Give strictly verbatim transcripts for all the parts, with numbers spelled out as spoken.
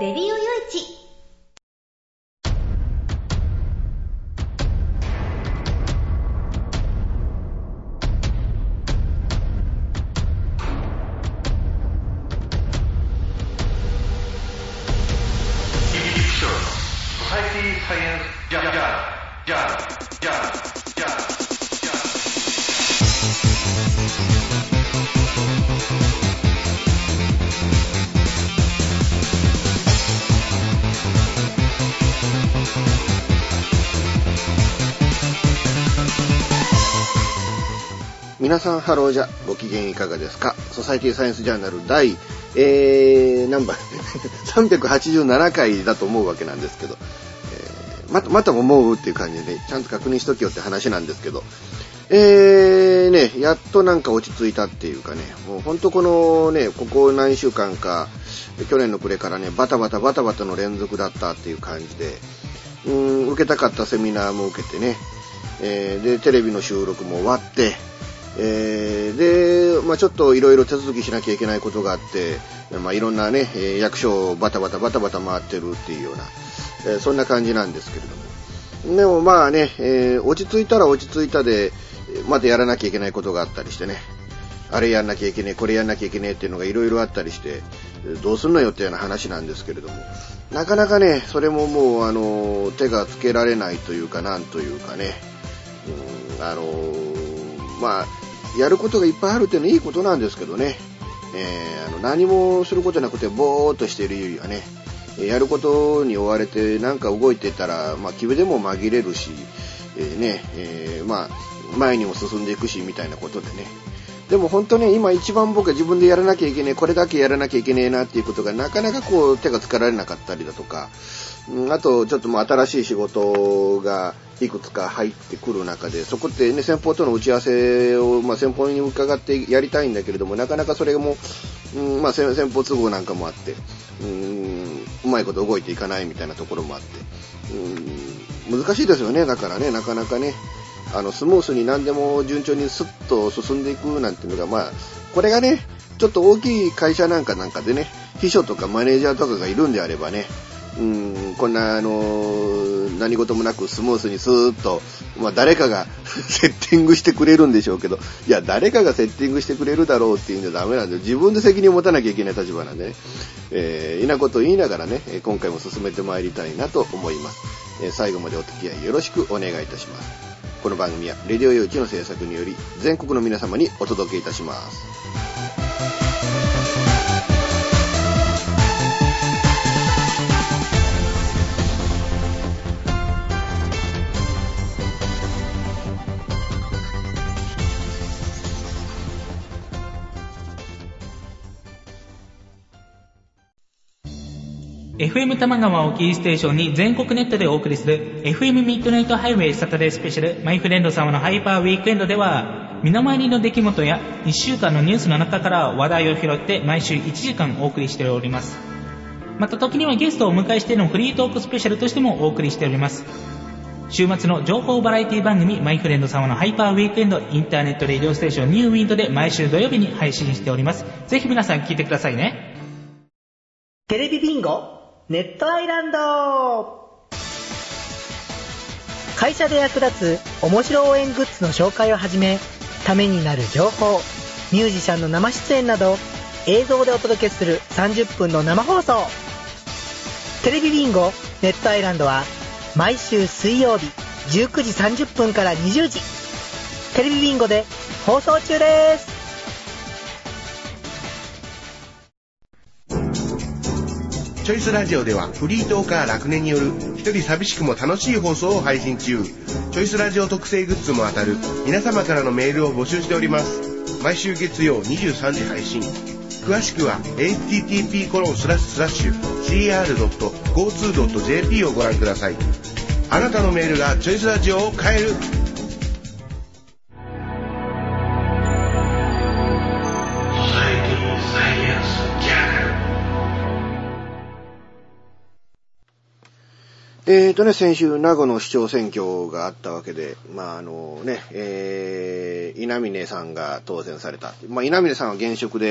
レディオよいち。 皆さんハローじゃ、ご機嫌いかがですか。ソサイティサイエンスジャーナル第、えー、ナンバーさんびゃくはちじゅうななかいだと思うわけなんですけど、えー、またまた思うっていう感じで、ね、ちゃんと確認しとけよって話なんですけど、えーね、やっとなんか落ち着いたっていうかね、もうほんとこのね、ここ何週間か、去年の暮れからね、バタバタバタバタの連続だったっていう感じで、うーん、受けたかったセミナーも受けてね、えー、で、テレビの収録も終わって、えー、で、まあちょっといろいろ手続きしなきゃいけないことがあって、まあいろんなね、役所をバタバタバタバタ回ってるっていうような、えー、そんな感じなんですけれども。でもまあね、えー、落ち着いたら落ち着いたで、まだやらなきゃいけないことがあったりしてね、あれやんなきゃいけねえ、これやんなきゃいけねえっていうのがいろいろあったりして、どうすんのよっていうような話なんですけれども、なかなかね、それももうあの、手がつけられないというかなんというかね、うん、あの、まあ、やることがいっぱいあるっていうのはいいことなんですけどね、えー、あの何もすることなくてぼーっとしているよりはね、やることに追われてなんか動いてたら、まあ、気分でも紛れるし、えーねえー、まあ、前にも進んでいくしみたいなことでね。でも本当ね、今一番僕は自分でやらなきゃいけねえ、これだけやらなきゃいけねえなっていうことがなかなかこう手がつかられなかったりだとか、うん、あとちょっともう新しい仕事がいくつか入ってくる中で、そこってね、先方との打ち合わせを、まあ、先方に伺ってやりたいんだけれども、なかなかそれも、うん、まあ、先方都合なんかもあって、うん、うまいこと動いていかないみたいなところもあって、うん、難しいですよね。だからね、なかなかね、あのスムースに何でも順調にスッと進んでいくなんていうのが、まあこれがね、ちょっと大きい会社なんかなんかでね、秘書とかマネージャーとかがいるんであればね、うん、こんなあの何事もなくスムースにスーッと、まあ誰かがセッティングしてくれるんでしょうけど、いや誰かがセッティングしてくれるだろうっていうんじゃダメなんで、自分で責任を持たなきゃいけない立場なんでね、えー、いなことを言いながらね、今回も進めてまいりたいなと思います。えー、最後までお付き合いよろしくお願いいたします。この番組はレディオよいちの制作により全国の皆様にお届けいたします。 エフエム 玉川をキーステーションに全国ネットでお送りする エフエム ミッドナイトハイウェイサタデースペシャルマイフレンド様のハイパーウィークエンドでは、身の回りの出来事やいっしゅうかんのニュースの中から話題を拾って毎週いちじかんお送りしております。また時にはゲストをお迎えしてのフリートークスペシャルとしてもお送りしております。週末の情報バラエティ番組マイフレンド様のハイパーウィークエンド、インターネットレディオステーションニューウィンドで毎週土曜日に配信しております。ぜひ皆さん聞いてくださいね。 テレビビンゴネットアイランド。会社で役立つ面白応援グッズの紹介をはじめ、ためになる情報、ミュージシャンの生出演など映像でお届けするさんじゅっぷんの生放送。テレビビンゴネットアイランドは毎週水曜日じゅうくじさんじゅっぷんからにじゅうじ、テレビビンゴで放送中です。 チョイスラジオではフリートーカー楽年による一人寂しくも楽しい放送を配信中。チョイスラジオ特製グッズも当たる皆様からのメールを募集しております。毎週月曜にじゅうさんじ配信。詳しくは エイチティーティーピーコロンスラッシュスラッシュシーアールドットゴーツードットジェーピー をご覧ください。あなたのメールがチョイスラジオを変える。 えーとね、先週、名護の市長選挙があったわけで、まああのね、えー、稲峰さんが当選された。まあ稲峰さんは現職で、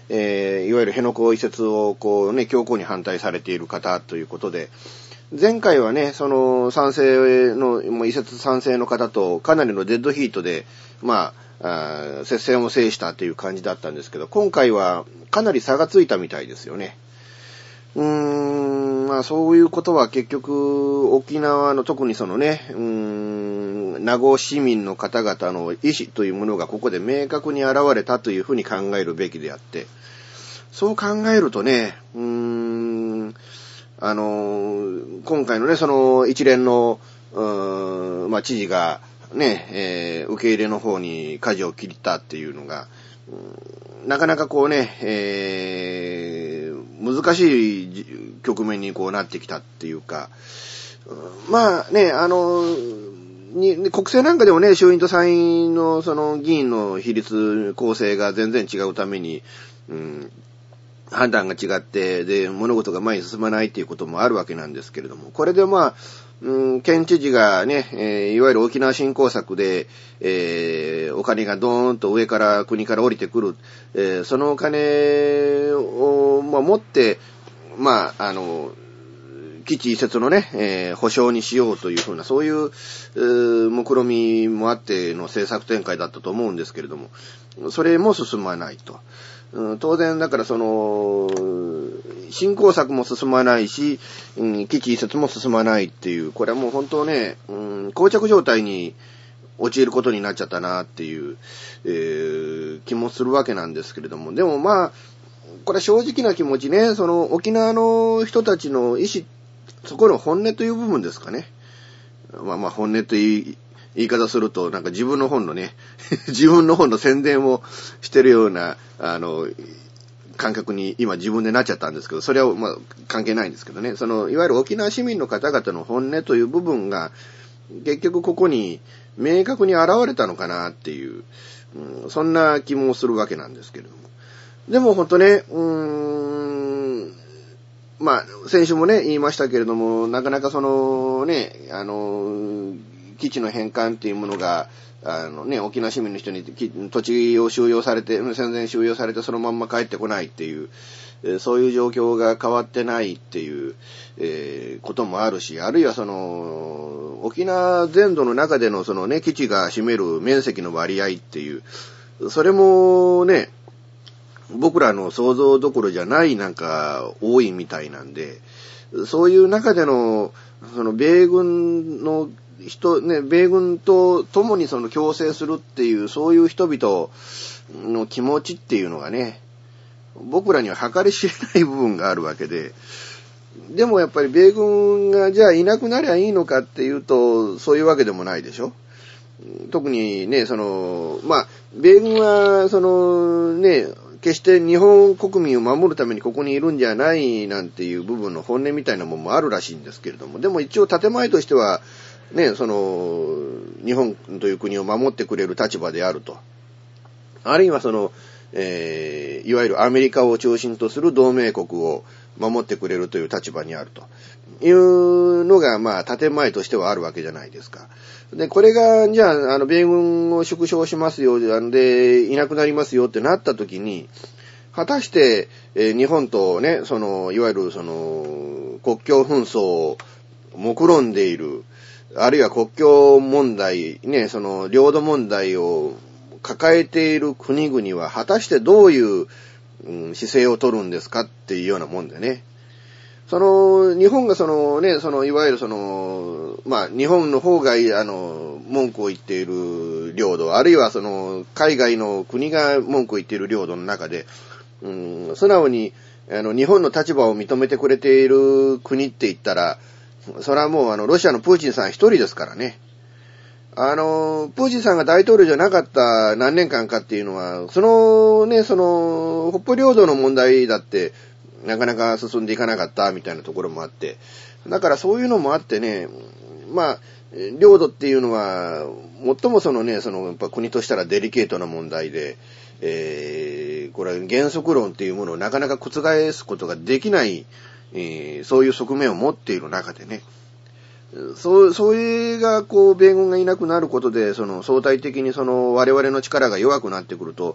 えー、いわゆる辺野古移設をこうね、強硬に反対されている方ということで、前回はね、その賛成の、もう移設賛成の方とかなりのデッドヒートで、まあ、あ接戦を制したという感じだったんですけど、今回はかなり差がついたみたいですよね。うーん、まあそういうことは結局沖縄の特にそのね、うーん、名護市民の方々の意思というものがここで明確に現れたというふうに考えるべきであって、そう考えるとね、うーん、あの、今回のね、その一連の、うーん、まあ知事がね、えー、受け入れの方に舵を切ったっていうのが、うん、なかなかこうね、えー、難しい局面にこうなってきたっていうか、うん、まあね、あの、に国政なんかでもね、衆院と参院のその議員の比率構成が全然違うために、うん、判断が違って、で、物事が前に進まないっていうこともあるわけなんですけれども、これでまあ、うん、県知事がね、えー、いわゆる沖縄振興策で、えー、お金がドーンと上から国から降りてくる、えー、そのお金を、まあ、持って、まあ、あの、基地移設のね、えー、保障にしようというふうな、そういう、えー、目論みもあっての政策展開だったと思うんですけれども、それも進まないと。うん、当然だからその振興策も進まないし、うん、基地移設も進まないっていう、これはもう本当ね、うん、膠着状態に陥ることになっちゃったなっていう、えー、気もするわけなんですけれども、でもまあこれは正直な気持ちね、その沖縄の人たちの意思、そこの本音という部分ですかね。まあまあ本音と言い言い方すると、なんか自分の本のね、自分の本の宣伝をしてるような、あの、感覚に今自分でなっちゃったんですけど、それはまあ関係ないんですけどね、その、いわゆる沖縄市民の方々の本音という部分が、結局ここに明確に現れたのかなっていう、うん、そんな気もするわけなんですけれども。でも本当ね、うーん、まあ、先週もね、言いましたけれども、なかなかそのね、あの、基地の返還っていうものが、あのね、沖縄市民の人に土地を収容されて、戦前収容されてそのまんま帰ってこないっていう、えー、そういう状況が変わってないっていう、えー、こともあるし、あるいはその、沖縄全土の中でのそのね、基地が占める面積の割合っていう、それもね、僕らの想像どころじゃないなんか多いみたいなんで、そういう中での、その米軍の人ね、米軍と共にその共生するっていう、そういう人々の気持ちっていうのがね、僕らには計り知れない部分があるわけで、でもやっぱり米軍がじゃあいなくなりゃいいのかっていうと、そういうわけでもないでしょ。特にね、その、まあ、米軍は、そのね、決して日本国民を守るためにここにいるんじゃないなんていう部分の本音みたいなものもあるらしいんですけれども、でも一応建前としては、ね、その、日本という国を守ってくれる立場であると。あるいはその、えー、いわゆるアメリカを中心とする同盟国を守ってくれるという立場にあるというのが、まあ、建前としてはあるわけじゃないですか。で、これが、じゃあ、あの、米軍を縮小しますよ、で、いなくなりますよってなった時に、果たして、えー、日本とね、その、いわゆるその、国境紛争を目論んでいる、あるいは国境問題、ね、その、領土問題を抱えている国々は、果たしてどういう、うん、姿勢を取るんですかっていうようなもんでね。その、日本がそのね、その、いわゆるその、まあ、日本の方が、あの、文句を言っている領土、あるいはその、海外の国が文句を言っている領土の中で、うん、素直に、あの、日本の立場を認めてくれている国って言ったら、それはもうあの、ロシアのプーチンさん一人ですからね。あの、プーチンさんが大統領じゃなかった何年間かっていうのは、そのね、その、北方領土の問題だって、なかなか進んでいかなかったみたいなところもあって、だからそういうのもあってね、まあ、領土っていうのは、最もそのね、その、やっぱ国としたらデリケートな問題で、えー、これは原則論っていうものをなかなか覆すことができない、えー、そういう側面を持っている中でね、そう、それがこう、米軍がいなくなることで、その相対的にその我々の力が弱くなってくると、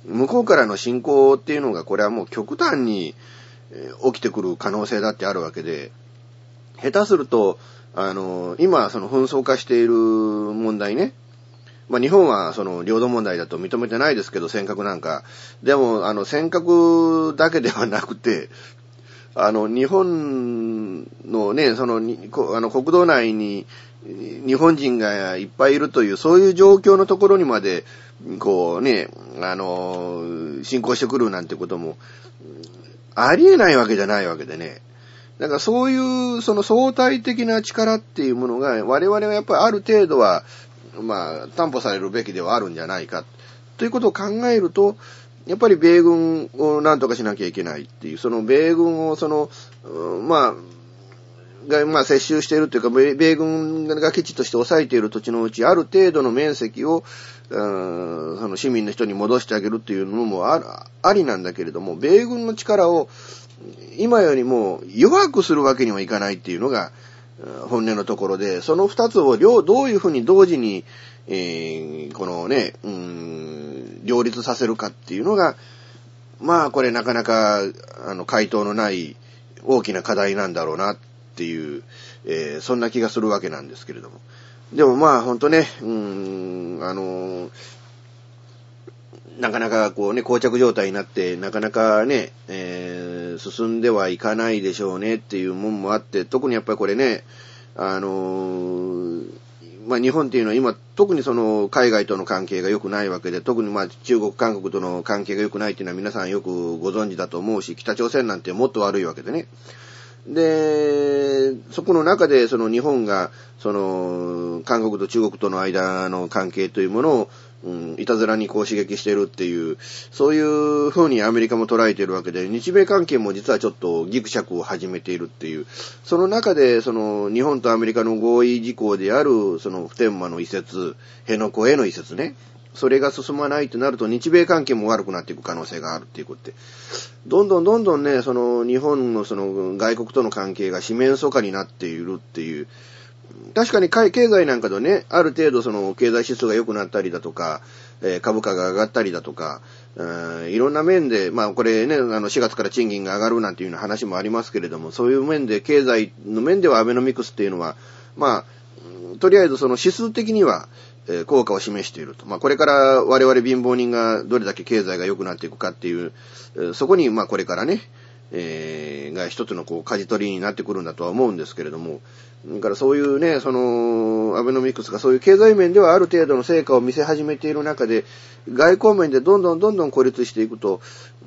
向こうからの侵攻っていうのがこれはもう極端に起きてくる可能性だってあるわけで、下手すると、あの、今その紛争化している問題ね、まあ日本はその領土問題だと認めてないですけど、尖閣なんか。でも、あの、尖閣だけではなくて、あの、日本のね、その、あの、国土内に日本人がいっぱいいるという、そういう状況のところにまで、こうね、あの、侵攻してくるなんてことも、ありえないわけじゃないわけでね。だからそういう、その相対的な力っていうものが、我々はやっぱりある程度は、まあ、担保されるべきではあるんじゃないか、ということを考えると、やっぱり米軍を何とかしなきゃいけないっていう、その米軍をその、まあ、が、まあ、接収しているというか、米軍が基地として抑えている土地のうち、ある程度の面積を、その市民の人に戻してあげるっていうのもあ、ありなんだけれども、米軍の力を今よりも弱くするわけにはいかないっていうのが本音のところで、その二つを両、どういうふうに同時に、えー、このね、うーん、両立させるかっていうのが、まあこれなかなか、あの、回答のない大きな課題なんだろうなっていう、えー、そんな気がするわけなんですけれども。でもまあほんとね、うーん、あのー、なかなかこうね、膠着状態になって、なかなかね、えー、進んではいかないでしょうねっていうもんもあって、特にやっぱりこれね、あのー、まあ日本っていうのは今、特にその海外との関係が良くないわけで、特にまあ中国、韓国との関係が良くないっていうのは皆さんよくご存知だと思うし、北朝鮮なんてもっと悪いわけでね。で、そこの中でその日本が、その、韓国と中国との間の関係というものを、うん、いたずらにこう刺激してるっていう、そういう風にアメリカも捉えているわけで、日米関係も実はちょっとギクシャクを始めているっていう、その中でその日本とアメリカの合意事項である、その普天間の移設、辺野古への移設ね、それが進まないとなると日米関係も悪くなっていく可能性があるっていうことで、どんどんどんどんね、その日本のその外国との関係が四面楚歌になっているっていう、確かに経済なんかでね、ある程度その経済指数が良くなったりだとか、えー、株価が上がったりだとか、うん、いろんな面で、まあこれね、あのしがつから賃金が上がるなんていうような話もありますけれども、そういう面で経済の面ではアベノミクスっていうのは、まあ、とりあえずその指数的には、えー、効果を示していると。まあこれから我々貧乏人がどれだけ経済が良くなっていくかっていう、えー、そこにまあこれからね、えー、が一つのこう舵取りになってくるんだとは思うんですけれども、だからそういうね、そのアベノミクスがそういう経済面ではある程度の成果を見せ始めている中で、外交面でどんどんどんどん孤立していくと、うん、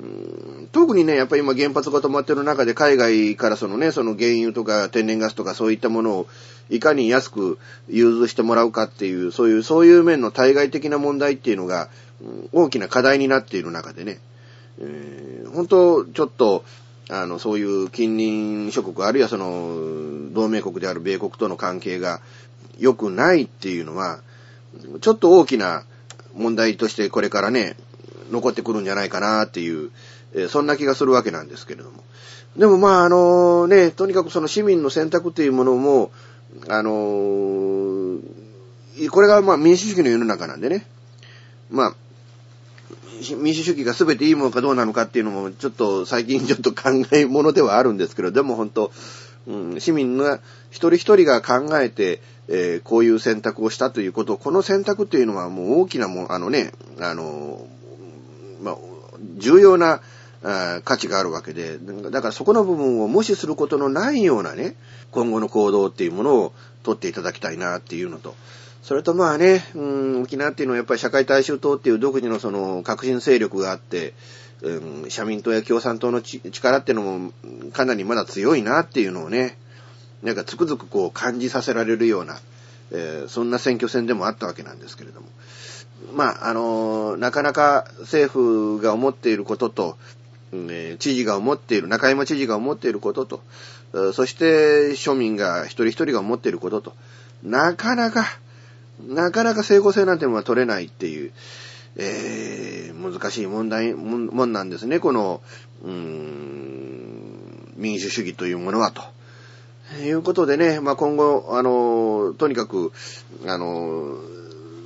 特にね、やっぱり今原発が止まっている中で海外からそのね、その原油とか天然ガスとかそういったものをいかに安く融通してもらうかっていう、そういうそういう面の対外的な問題っていうのが、うん、大きな課題になっている中でね、えー、本当ちょっとあの、そういう近隣諸国、あるいはその、同盟国である米国との関係が良くないっていうのは、ちょっと大きな問題としてこれからね、残ってくるんじゃないかなっていう、えー、そんな気がするわけなんですけれども。でもまああのね、とにかくその市民の選択というものも、あのー、これがまあ民主主義の世の中なんでね、まあ、民主主義が全ていいものかどうなのかっていうのもちょっと最近ちょっと考えものではあるんですけど、でも本当、うん、市民が一人一人が考えて、えー、こういう選択をしたということ、この選択っていうのはもう大きなもん、あのね、あの、まあ、重要なあ価値があるわけで、だからそこの部分を無視することのないようなね、今後の行動っていうものを取っていただきたいなっていうのと、それとまあね、うん、沖縄っていうのはやっぱり社会大衆党っていう独自のその革新勢力があって、うん、社民党や共産党の力っていうのもかなりまだ強いなっていうのをね、なんかつくづくこう感じさせられるような、えー、そんな選挙戦でもあったわけなんですけれども。まあ、あのー、なかなか政府が思っていることと、えー、知事が思っている、中山知事が思っていることと、そして庶民が一人一人が思っていることと、なかなか、なかなか整合性なんてものは取れないっていう、えー、難しい問題も、もんなんですね、この、うーん、民主主義というものはと。いうことでね、まあ、今後、あの、とにかく、あの、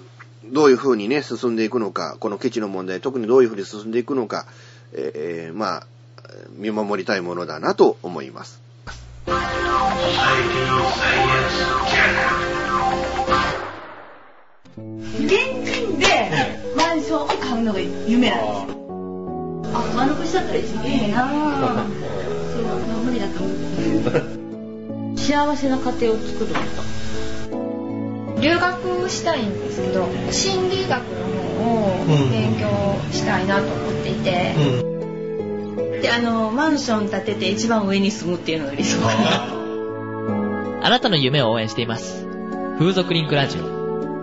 どういう風にね、進んでいくのか、この基地の問題、特にどういう風に進んでいくのか、えー、まあ、見守りたいものだなと思います。 現金でマンションを買うのが夢なんですよ。あ、丸腰だったら一番いいなぁ。そう、無理だと思う。幸せな家庭を作ること。留学したいんですけど、心理学の方を勉強したいなと思っていて、うん、で、あのマンション建てて一番上に住むっていうのが理想かな。 あなたの夢を応援しています。風俗リンクラジオ。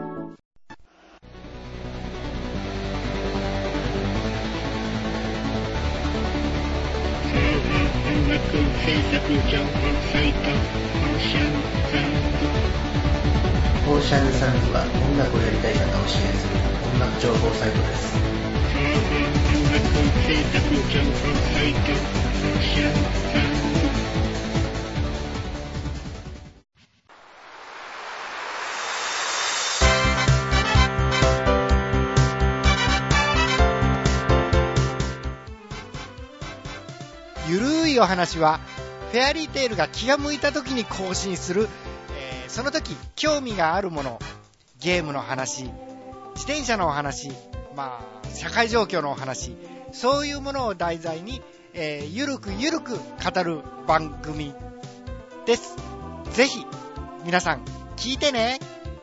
オーシャンサンズは音楽をやりたい方を支援する音楽情報サイトです。 ゆるいお話はフェアリーテールが気が向いた時に更新する、えー、その時興味があるもの、ゲームの話、自転車のお話、まあ社会状況のお話、そういうものを題材に、えー、ゆるくゆるく語る番組です。ぜひ皆さん聞いてね。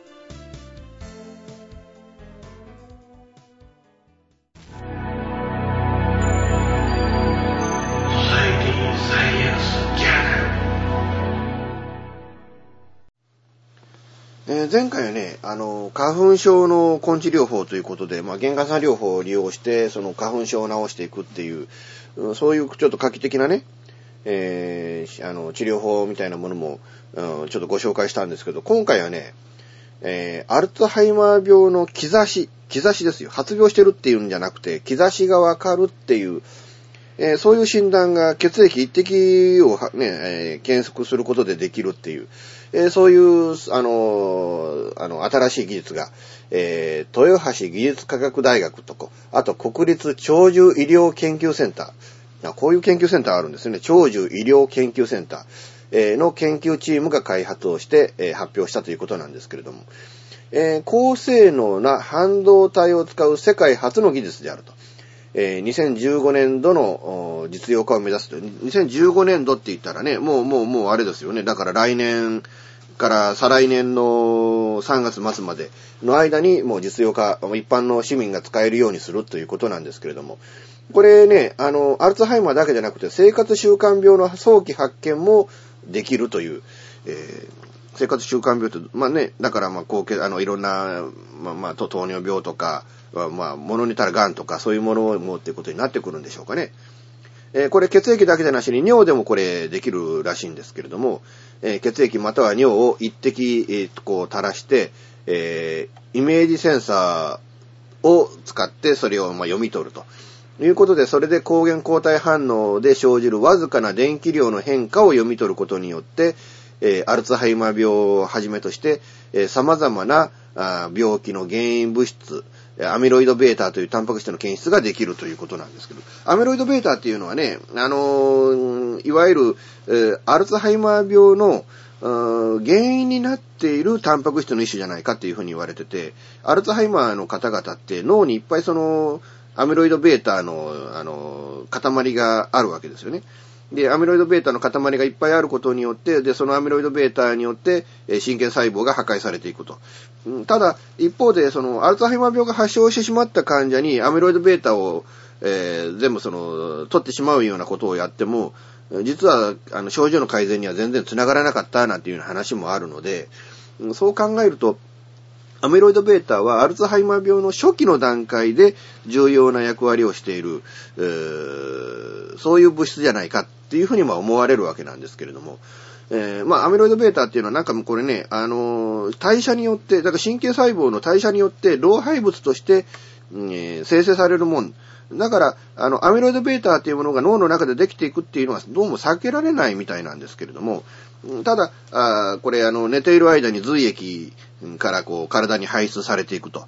えー、前回はね、あの、花粉症の根治療法ということで、まあ、原化酸療法を利用して、その花粉症を治していくっていう、うん、そういうちょっと画期的なね、えー、あの、治療法みたいなものも、うん、ちょっとご紹介したんですけど、今回はね、えー、アルツハイマー病の兆し、兆しですよ。発病してるっていうんじゃなくて、兆しがわかるっていう、えー、そういう診断が血液一滴をね、えー、検測することでできるっていう、えー、そういう、あのー、あの、新しい技術が、えー、豊橋技術科学大学とか、あと国立長寿医療研究センター、こういう研究センターあるんですね。長寿医療研究センター、えー、の研究チームが開発をして、えー、発表したということなんですけれども、えー、高性能な半導体を使う世界初の技術であると。えー、にせんじゅうごねんどの実用化を目指すと。にせんじゅうごねんどって言ったらね、もうもうもうあれですよね。だから来年から再来年のさんがつ末までの間にもう実用化、一般の市民が使えるようにするということなんですけれども。これね、あの、アルツハイマーだけじゃなくて生活習慣病の早期発見もできるという、えー生活習慣病って、まあね、だからまあ、高血、あの、いろんな、まあまあ、糖尿病とか、まあ、ものに言ったら癌とか、そういうものを持っていくことになってくるんでしょうかね。えー、これ血液だけでなしに尿でもこれできるらしいんですけれども、えー、血液または尿を一滴、えー、こう垂らして、えー、イメージセンサーを使ってそれをまあ読み取るということで、それで抗原抗体反応で生じるわずかな電気量の変化を読み取ることによって、えー、アルツハイマー病をはじめとして、えー、様々なあ病気の原因物質、アミロイド β というタンパク質の検出ができるということなんですけど、アミロイド β っていうのはね、あのー、いわゆる、えー、アルツハイマー病の原因になっているタンパク質の一種じゃないかっていうふうに言われてて、アルツハイマーの方々って脳にいっぱいそのアミロイド β の、あのー、塊があるわけですよね。で、アミロイド β の塊がいっぱいあることによって、で、そのアミロイド β によって、えー、神経細胞が破壊されていくと。うん、ただ、一方で、その、アルツハイマー病が発症してしまった患者にアミロイド β を、えー、全部その、取ってしまうようなことをやっても、実は、あの、症状の改善には全然つながらなかったなんていうような話もあるので、そう考えると、アミロイド β はアルツハイマー病の初期の段階で重要な役割をしている、えー、そういう物質じゃないかっていうふうにまあ思われるわけなんですけれども、えー、まあアミロイド β っていうのはなんかこれね、あのー、代謝によって、だから神経細胞の代謝によって老廃物として、えー、生成されるもん。だから、あの、アミロイド β っていうものが脳の中でできていくっていうのはどうも避けられないみたいなんですけれども、ただ、あこれ、あの、寝ている間に髄液からこう、体に排出されていくと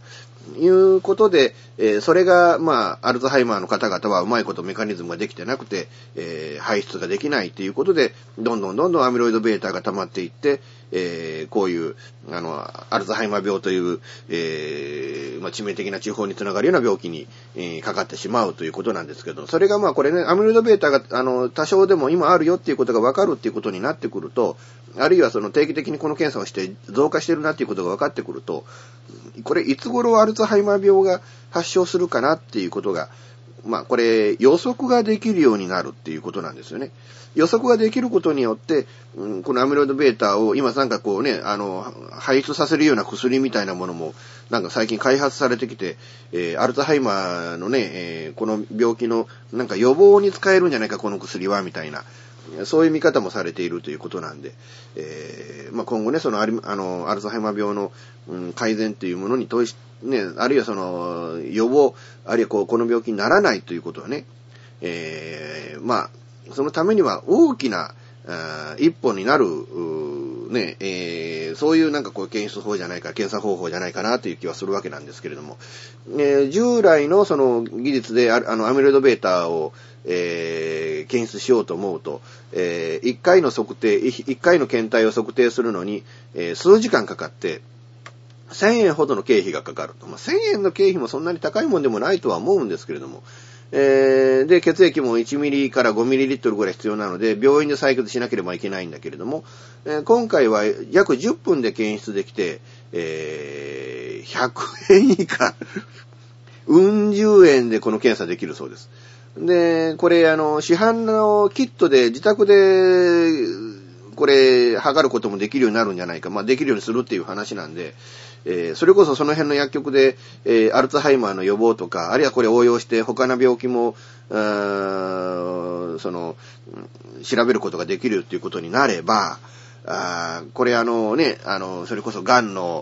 いうことで、えー、それが、まあ、アルツハイマーの方々はうまいことメカニズムができてなくて、えー、排出ができないということで、どんどんどんどんアミロイド β が溜まっていって、えー、こういう、あの、アルツハイマー病という、えー、まあ、致命的な痴呆につながるような病気に、えー、かかってしまうということなんですけど、それがまあ、これね、アミロイド β が、あの、多少でも今あるよっていうことが分かるっていうことになってくると、あるいはその定期的にこの検査をして増加してるなっていうことが分かってくると、これいつ頃アルツハイマー病が発症するかなっていうことが、まあこれ予測ができるようになるっていうことなんですよね。予測ができることによって、うん、このアミロイド β を今なんかこうね、あの、排出させるような薬みたいなものもなんか最近開発されてきて、えー、アルツハイマーのね、えー、この病気のなんか予防に使えるんじゃないかこの薬はみたいな、そういう見方もされているということなんで、えーまあ、今後ね、そのアリ、あの、アルツハイマー病の、うん、改善というものに問いし、ね、あるいはその予防、あるいはこうこの病気にならないということはね、えー、まあ、そのためには大きな一歩になる、ね、えー、そういうなんかこう検出法じゃないか、検査方法じゃないかなという気はするわけなんですけれども、えー、従来のその技術であのアミロイド β をえー、検出しようと思うと、えー、いっかいの測定、いっかいの検体を測定するのに、えー、数時間かかって、せんえんほどの経費がかかると。まあ、せんえんの経費もそんなに高いもんでもないとは思うんですけれども、えー、で、血液もいちミリからごミリリットルぐらい必要なので、病院で採血しなければいけないんだけれども、えー、今回は約じゅっぷんで検出できて、えー、ひゃくえん以下、うん十円でこの検査できるそうです。で、これ、あの、市販のキットで自宅で、これ、測ることもできるようになるんじゃないか。まあ、できるようにするっていう話なんで、えー、それこそその辺の薬局で、えー、アルツハイマーの予防とか、あるいはこれ応用して他の病気も、その、調べることができるっていうことになれば、あこれあのね、あの、それこそ癌の、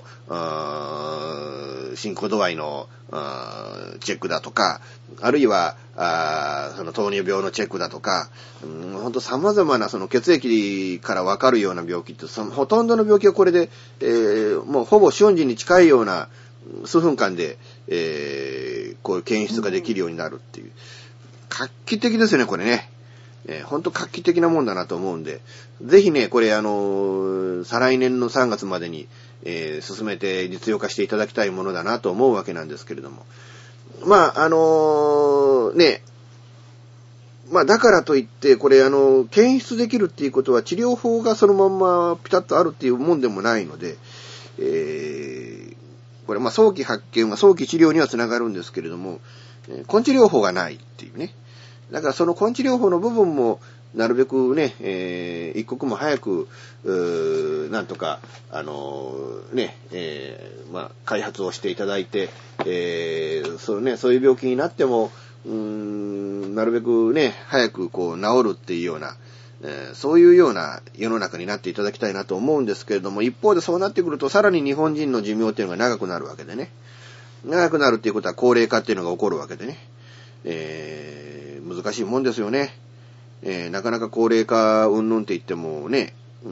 進行度合いのチェックだとか、あるいは、あその糖尿病のチェックだとか、うん、ほんと様々なその血液からわかるような病気って、そのほとんどの病気はこれで、えー、もうほぼ瞬時に近いような数分間で、えー、こういう検出ができるようになるっていう。画期的ですよね、これね。えー、ほんと画期的なもんだなと思うんで、ぜひね、これあのー、再来年のさんがつまでに、えー、進めて実用化していただきたいものだなと思うわけなんですけれども。まあ、あのー、ね、まあだからといって、これあの、検出できるっていうことは治療法がそのまんまピタッとあるっていうもんでもないので、えー、これまあ早期発見は早期治療にはつながるんですけれども、根治療法がないっていうね。だからその根治療法の部分もなるべくね、えー、一刻も早く、なんとか、あのー、ね、えー、まあ、開発をしていただいて、えー、そうね、そういう病気になっても、うーん、なるべくね、早くこう治るっていうような、えー、そういうような世の中になっていただきたいなと思うんですけれども、一方でそうなってくると、さらに日本人の寿命っていうのが長くなるわけでね。長くなるっていうことは高齢化っていうのが起こるわけでね。えー、難しいもんですよね。えー、なかなか高齢化うんぬんって言ってもね、うん、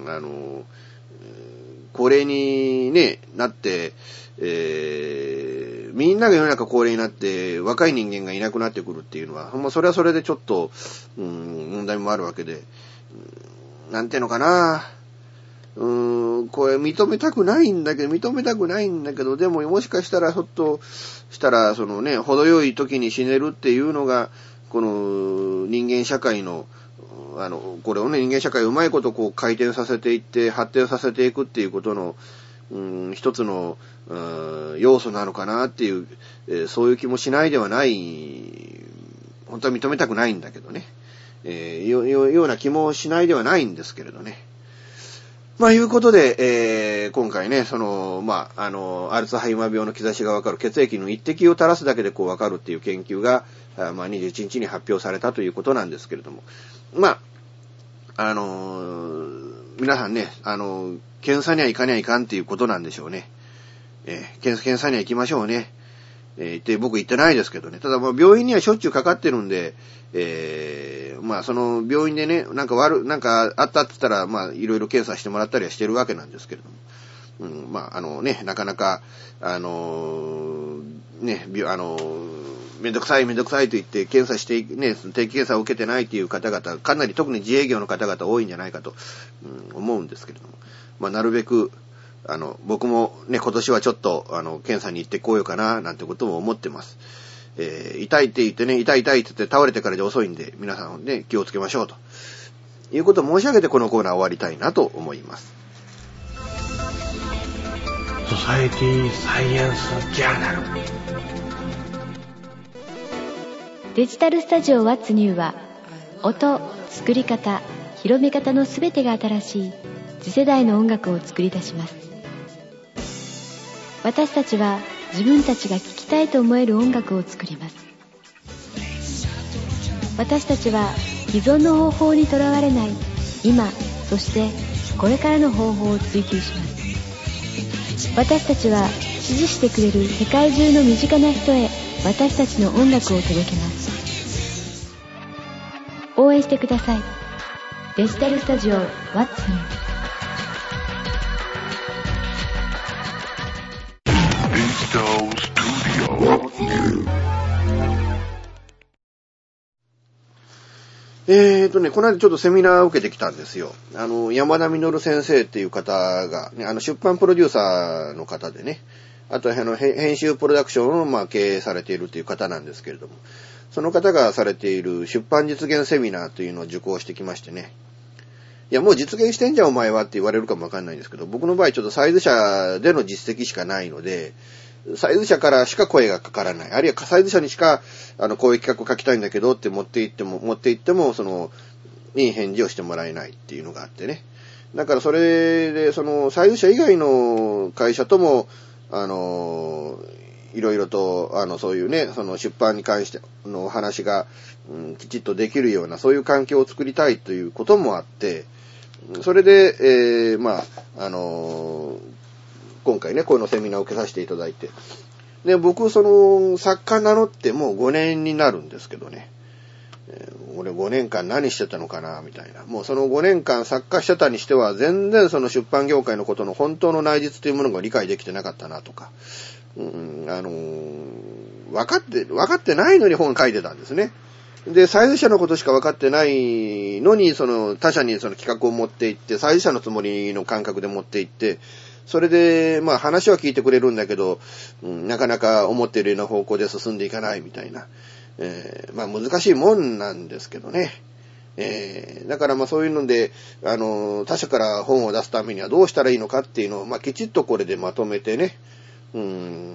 あの、高齢にね、なって、えー、みんなが世の中高齢になって若い人間がいなくなってくるっていうのは、ほんまそれはそれでちょっと、うん、問題もあるわけで、なんていうのかな、うーん、これ認めたくないんだけど、認めたくないんだけど、でももしかしたらひょっとしたら、そのね、程よい時に死ねるっていうのが、この人間社会の、あの、これをね、人間社会をうまいことこう回転させていって、発展させていくっていうことの、うん、一つの、うん、要素なのかなっていう、えー、そういう気もしないではない、本当は認めたくないんだけどね、えー、よ、よ、ような気もしないではないんですけれどね。まあ、いうことで、えー、今回ね、その、まあ、あの、アルツハイマー病の兆しがわかる血液の一滴を垂らすだけでこうわかるっていう研究が、あまあ、にじゅういちにちに発表されたということなんですけれども。まあ、あのー、皆さんね、あのー、検査には行かにはいかんっていうことなんでしょうね。えー、検, 検査には行きましょうね。えー、って僕言ってないですけどね。ただ、まあ、病院にはしょっちゅうかかってるんで、えー、まあ、その病院でね、なんか悪、なんかあったって言ったら、まあ、いろいろ検査してもらったりはしてるわけなんですけれども。うん、まあ、あのね、なかなか、あのー、 ね、あの、めんどくさいめんどくさいと言って検査して、ね、定期検査を受けてないという方々、かなり特に自営業の方々多いんじゃないかと、うん、思うんですけれども、まあ、なるべく、あの、僕もね、今年はちょっと、あの、検査に行ってこようかな、なんてことも思ってます。えー、痛いって言ってね、痛い痛いって言って倒れてからじゃ遅いんで、皆さんね、気をつけましょうと。いうことを申し上げてこのコーナー終わりたいなと思います。 ソサエティサイエンスジャーナル。 デジタルスタジオ What's New は音、作り方、広め方のすべてが新しい次世代の音楽を作り出します。私たちは自分たちが聴きたいと思える音楽を作ります。私たちは既存の方法にとらわれない今、そしてこれからの方法を追求します。私たちは支持してくれる世界中の身近な人へ私たちの音楽を届けます。応援してください。デジタルスタジオ What's New。 えーとね、この間ちょっとセミナーを受けてきたんですよ。あの、山田実先生っていう方が、ね、あの、出版プロデューサーの方でね、あと、あの、編集プロダクションを、まあ、経営されているという方なんですけれども、その方がされている出版実現セミナーというのを受講してきましてね。いや、もう実現してんじゃんお前はって言われるかもわかんないんですけど、僕の場合ちょっとサイズ社での実績しかないので、サイズ社からしか声がかからない。あるいはサイズ社にしか、あの、こういう企画を書きたいんだけどって持って行っても、持って行っても、その、いい返事をしてもらえないっていうのがあってね。だからそれで、その、サイズ社以外の会社とも、あの、いろいろと、あの、そういうね、その出版に関してのお話が、うん、きちっとできるような、そういう環境を作りたいということもあって、それで、えー、まあ、あの、今回ね、このセミナーを受けさせていただいて。で、僕、その、作家名乗ってもうごねんになるんですけどね。えー、俺ごねんかん何してたのかな、みたいな。もうそのごねんかん作家してたにしては、全然その出版業界のことの本当の内実というものが理解できてなかったな、とか。うん、あのー、分かって、分かってないのに本書いてたんですね。で、サイズ社のことしか分かってないのに、その他社にその企画を持っていって、サイズ社のつもりの感覚で持っていって、それで、まあ話は聞いてくれるんだけど、うん、なかなか思っているような方向で進んでいかないみたいな。えー、まあ難しいもんなんですけどね。えー、だからまあそういうので、あの、他社から本を出すためにはどうしたらいいのかっていうのを、まあきちっとこれでまとめてね、うん、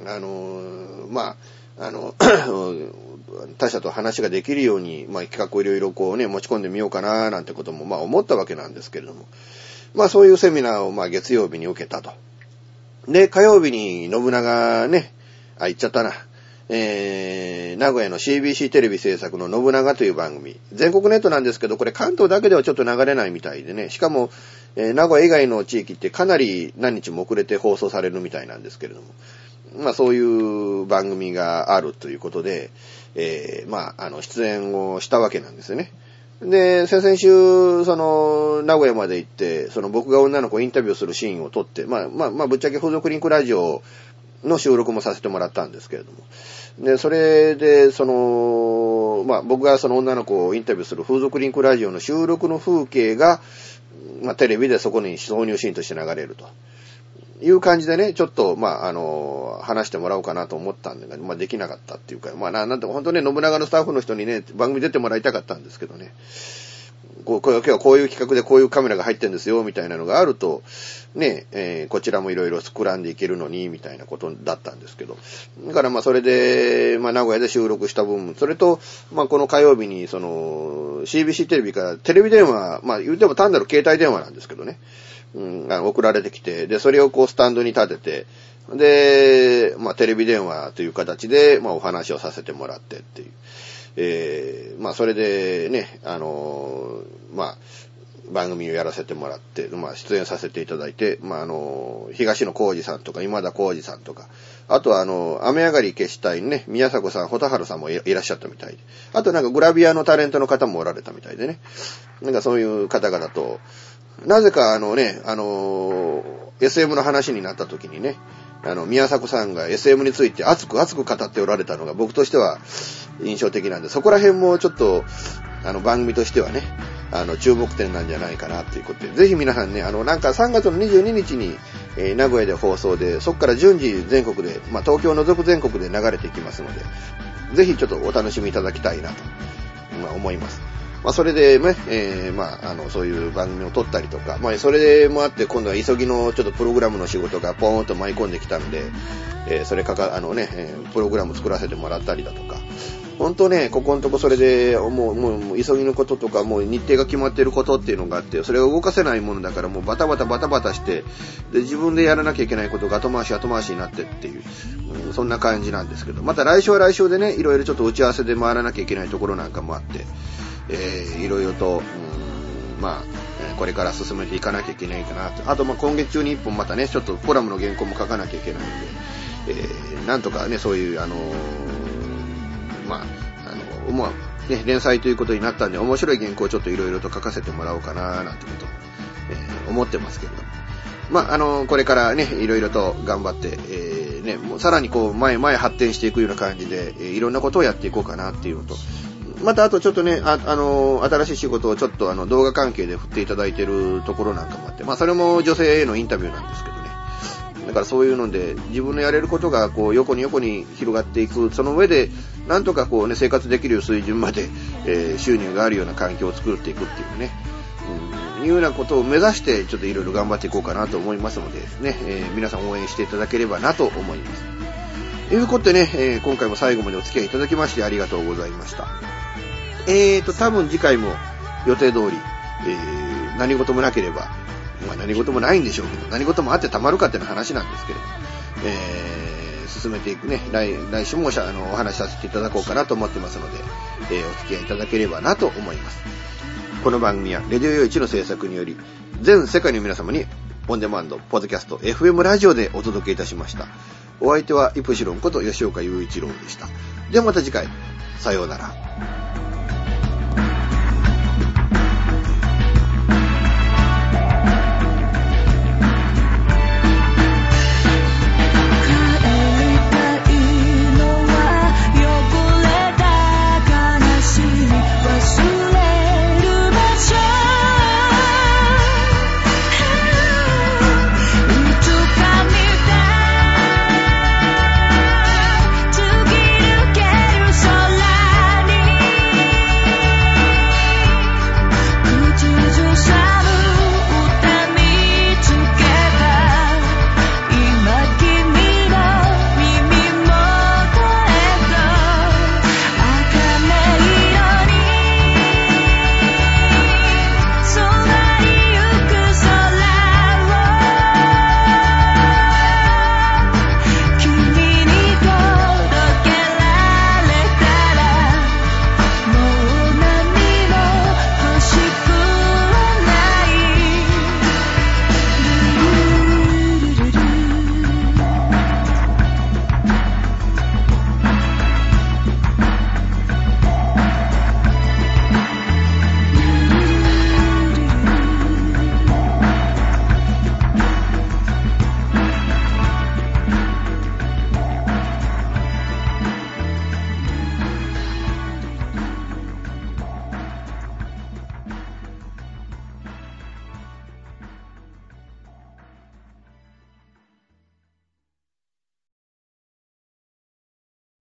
あの、まあ、あの、他社と話ができるように、まあ企画をいろいろこうね、持ち込んでみようかななんてこともまあ思ったわけなんですけれども。まあそういうセミナーをまあ月曜日に受けたと。で、火曜日に信長ね、あ、言っちゃったな。えー、名古屋の シービーシー テレビ制作の信長という番組。全国ネットなんですけど、これ関東だけではちょっと流れないみたいでね。しかも、えー、名古屋以外の地域ってかなり何日も遅れて放送されるみたいなんですけれども。まあそういう番組があるということで、えー、まあ、あの、出演をしたわけなんですよね。で、先々週、その、名古屋まで行って、その僕が女の子をインタビューするシーンを撮って、まあ、まあ、まあ、ぶっちゃけ風俗リンクラジオの収録もさせてもらったんですけれども。で、それで、その、まあ、僕がその女の子をインタビューする風俗リンクラジオの収録の風景が、まあ、テレビでそこに挿入シーンとして流れると。いう感じでね、ちょっと、まあ、あの、話してもらおうかなと思ったんだけど、まあ、できなかったっていうか、まあ、な、なんて、本当ね、信長のスタッフの人にね、番組出てもらいたかったんですけどね、こう、今日はこういう企画でこういうカメラが入ってるんですよ、みたいなのがあると、ね、えー、こちらもいろいろ膨らんでいけるのに、みたいなことだったんですけど、だからまあ、それで、まあ、名古屋で収録した分、それと、まあ、この火曜日に、その、シービーシー テレビからテレビ電話、まあ、言うても単なる携帯電話なんですけどね、うん、送られてきて、で、それをこうスタンドに立てて、で、まあ、テレビ電話という形で、まあ、お話をさせてもらってっていう。えー、まあ、それでね、あのー、まあ、番組をやらせてもらって、まあ、出演させていただいて、まあ、あのー、東野幸治さんとか、今田耕司さんとか、あとはあの、雨上がり消したいね、宮迫さん、穂田春さんもいらっしゃったみたいで、あとなんかグラビアのタレントの方もおられたみたいでね、なんかそういう方々と、なぜかあのね、あのー、 エスエム の話になった時にね、あの、宮迫さんが エスエム について熱く熱く語っておられたのが僕としては印象的なんで、そこら辺もちょっと、あの、番組としてはね、あの、注目点なんじゃないかなっていうことで、ぜひ皆さんね、あの、なんかさんがつのにじゅうににちに、えー、名古屋で放送で、そこから順次全国で、まあ、東京を除く全国で流れていきますので、ぜひちょっとお楽しみいただきたいなと、まあ、思います。まあ、それでね、えー、まあ、あの、そういう番組を撮ったりとか、まあ、それもあって、今度は急ぎのちょっとプログラムの仕事がポーンと舞い込んできたんで、えー、それかか、あのね、えー、プログラム作らせてもらったりだとか、本当ね、ここのとこそれで、もう、もう、もう急ぎのこととか、もう日程が決まっていることっていうのがあって、それを動かせないものだから、もうバタバタバタバタして、で、自分でやらなきゃいけないことが後回し後回しになってっていう、うん、そんな感じなんですけど、また来週は来週でね、いろいろちょっと打ち合わせで回らなきゃいけないところなんかもあって、えー、いろいろと、うん、まあ、これから進めていかなきゃいけないかなと。あと、まあ、今月中に一本またね、ちょっとコラムの原稿も書かなきゃいけないんで、えー、なんとかね、そういう、あのー、まあ、あの、まあ、ね、連載ということになったんで、面白い原稿をちょっといろいろと書かせてもらおうかな、なんてことも、えー、思ってますけれども。まあ、あの、これからね、いろいろと頑張って、えー、ね、もうさらにこう、前、前発展していくような感じで、えー、いろんなことをやっていこうかなっていうのと、またあとちょっとね、あ、あの、新しい仕事をちょっとあの、動画関係で振っていただいているところなんかもあって、まあ、それも女性へのインタビューなんですけどね。だからそういうので、自分のやれることがこう、横に横に広がっていく、その上で、なんとかこうね、生活できる水準まで、えー、収入があるような環境を作っていくっていうね、うん、いうようなことを目指して、ちょっといろいろ頑張っていこうかなと思いますので、ね、えー、皆さん応援していただければなと思います。ということでね、えー、今回も最後までお付き合いいただきましてありがとうございました。えーと、多分次回も予定通り、えー、何事もなければ、まあ何事もないんでしょうけど、何事もあってたまるかっていう話なんですけれど、えー、進めていくね、来、来週もあのお話しさせていただこうかなと思ってますので、えー、お付き合いいただければなと思います。この番組はレディオよいちの制作により、全世界の皆様にオンデマンド、ポッドキャスト、エフエム ラジオでお届けいたしました。お相手はイプシロンこと吉岡雄一郎でした。ではまた次回、さようなら。